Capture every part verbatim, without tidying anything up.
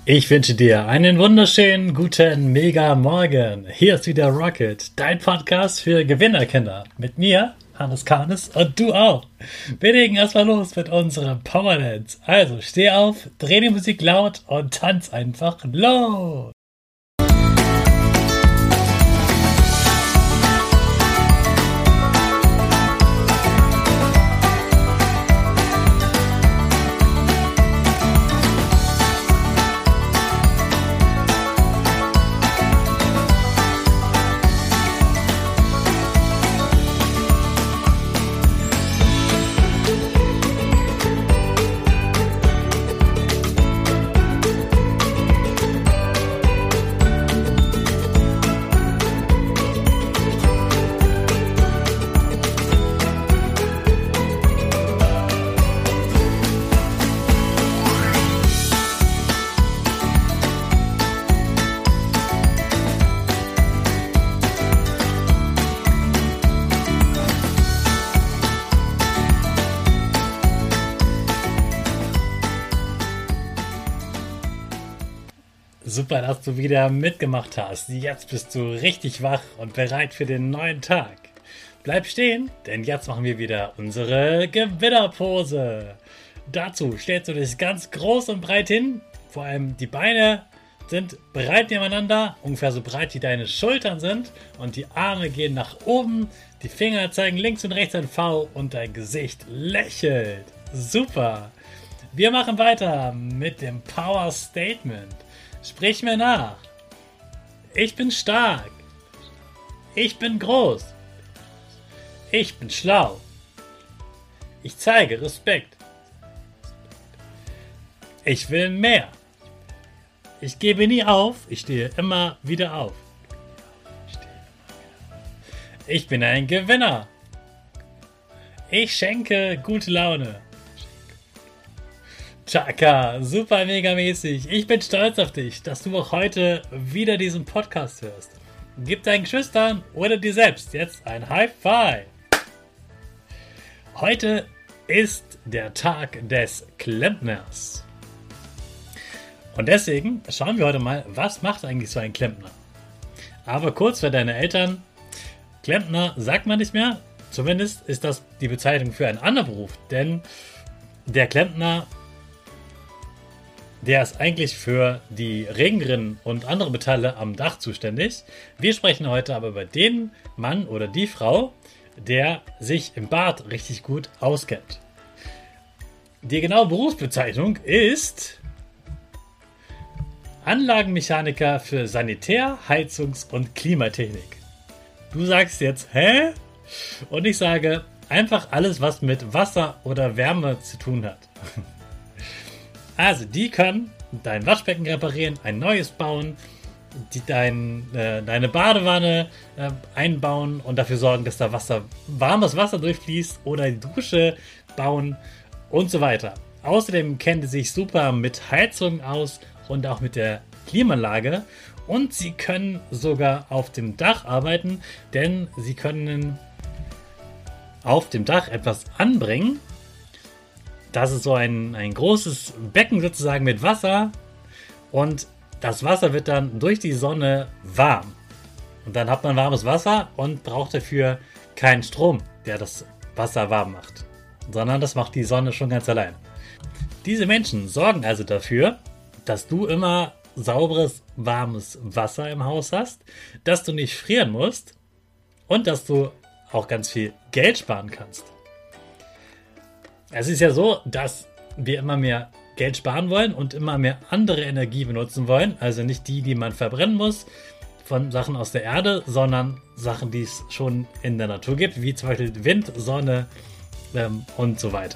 Ich wünsche dir einen wunderschönen guten Mega Morgen. Hier ist wieder Rocket, dein Podcast für Gewinnerkinder. Mit mir, Hannes Karnes, und du auch. Wir legen erstmal los mit unserem Power Dance. Also steh auf, dreh die Musik laut und tanz einfach los. Super, dass du wieder mitgemacht hast. Jetzt bist du richtig wach und bereit für den neuen Tag. Bleib stehen, denn jetzt machen wir wieder unsere Gewinnerpose. Dazu stellst du dich ganz groß und breit hin. Vor allem die Beine sind breit nebeneinander, ungefähr so breit wie deine Schultern sind. Und die Arme gehen nach oben, die Finger zeigen links und rechts ein V und dein Gesicht lächelt. Super. Wir machen weiter mit dem Power Statement. Sprich mir nach. Ich bin stark. Ich bin groß. Ich bin schlau. Ich zeige Respekt. Ich will mehr. Ich gebe nie auf. Ich stehe immer wieder auf. Ich bin ein Gewinner. Ich schenke gute Laune. Chaka, super mega mäßig. Ich bin stolz auf dich, dass du auch heute wieder diesen Podcast hörst. Gib deinen Geschwistern oder dir selbst jetzt ein High Five. Heute ist der Tag des Klempners. Und deswegen schauen wir heute mal, was macht eigentlich so ein Klempner? Aber kurz für deine Eltern, Klempner sagt man nicht mehr. Zumindest ist das die Bezeichnung für einen anderen Beruf. Denn der Klempner, der ist eigentlich für die Regenrinnen und andere Metalle am Dach zuständig. Wir sprechen heute aber über den Mann oder die Frau, der sich im Bad richtig gut auskennt. Die genaue Berufsbezeichnung ist Anlagenmechaniker für Sanitär-, Heizungs- und Klimatechnik. Du sagst jetzt, hä? Und ich sage, einfach alles, was mit Wasser oder Wärme zu tun hat. Also, die können dein Waschbecken reparieren, ein neues bauen, die dein, äh, deine Badewanne äh, einbauen und dafür sorgen, dass da Wasser, warmes Wasser durchfließt oder die Dusche bauen und so weiter. Außerdem kennen sie sich super mit Heizung aus und auch mit der Klimaanlage und sie können sogar auf dem Dach arbeiten, denn sie können auf dem Dach etwas anbringen. Das ist so ein, ein großes Becken sozusagen mit Wasser und das Wasser wird dann durch die Sonne warm. Und dann hat man warmes Wasser und braucht dafür keinen Strom, der das Wasser warm macht, sondern das macht die Sonne schon ganz allein. Diese Menschen sorgen also dafür, dass du immer sauberes, warmes Wasser im Haus hast, dass du nicht frieren musst und dass du auch ganz viel Geld sparen kannst. Es ist ja so, dass wir immer mehr Geld sparen wollen und immer mehr andere Energie benutzen wollen. Also nicht die, die man verbrennen muss von Sachen aus der Erde, sondern Sachen, die es schon in der Natur gibt, wie zum Beispiel Wind, Sonne ähm, und so weiter.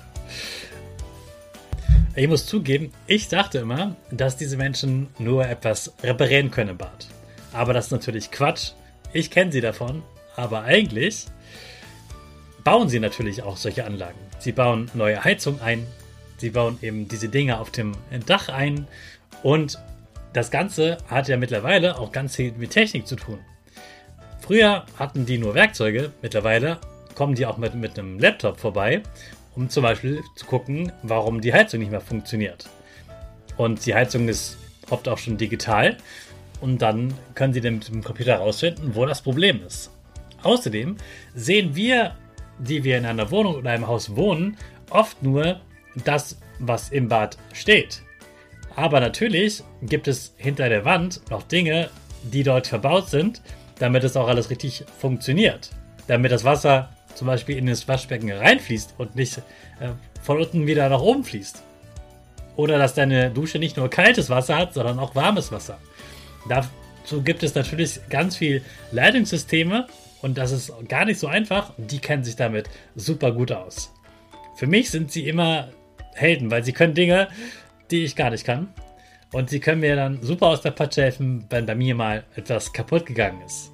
Ich muss zugeben, ich dachte immer, dass diese Menschen nur etwas reparieren können im Bad. Aber das ist natürlich Quatsch. Ich kenne sie davon, aber eigentlich bauen sie natürlich auch solche Anlagen. Sie bauen neue Heizung ein, sie bauen eben diese Dinge auf dem Dach ein und das Ganze hat ja mittlerweile auch ganz viel mit Technik zu tun. Früher hatten die nur Werkzeuge, mittlerweile kommen die auch mit, mit einem Laptop vorbei, um zum Beispiel zu gucken, warum die Heizung nicht mehr funktioniert. Und die Heizung ist oft auch schon digital. Und dann können sie dann mit dem Computer herausfinden, wo das Problem ist. Außerdem sehen wir, die wir in einer Wohnung oder einem Haus wohnen, oft nur das, was im Bad steht. Aber natürlich gibt es hinter der Wand noch Dinge, die dort verbaut sind, damit es auch alles richtig funktioniert. Damit das Wasser zum Beispiel in das Waschbecken reinfließt und nicht äh, von unten wieder nach oben fließt. Oder dass deine Dusche nicht nur kaltes Wasser hat, sondern auch warmes Wasser. Dazu gibt es natürlich ganz viel Leitungssysteme und das ist gar nicht so einfach. Die kennen sich damit super gut aus. Für mich sind sie immer Helden, weil sie können Dinge, die ich gar nicht kann. Und sie können mir dann super aus der Patsche helfen, wenn bei mir mal etwas kaputt gegangen ist.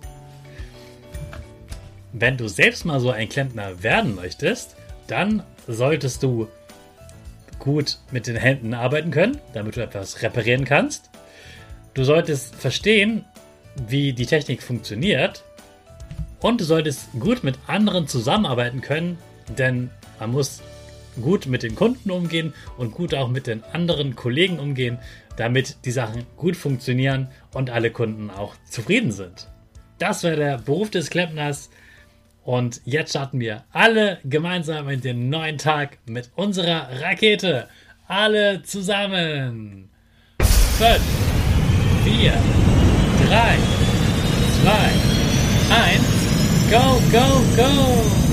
Wenn du selbst mal so ein Klempner werden möchtest, dann solltest du gut mit den Händen arbeiten können, damit du etwas reparieren kannst. Du solltest verstehen, wie die Technik funktioniert. Und du solltest gut mit anderen zusammenarbeiten können, denn man muss gut mit den Kunden umgehen und gut auch mit den anderen Kollegen umgehen, damit die Sachen gut funktionieren und alle Kunden auch zufrieden sind. Das wäre der Beruf des Klempners. Und jetzt starten wir alle gemeinsam in den neuen Tag mit unserer Rakete. Alle zusammen. fünf, vier, drei, zwei, eins, go, go, go!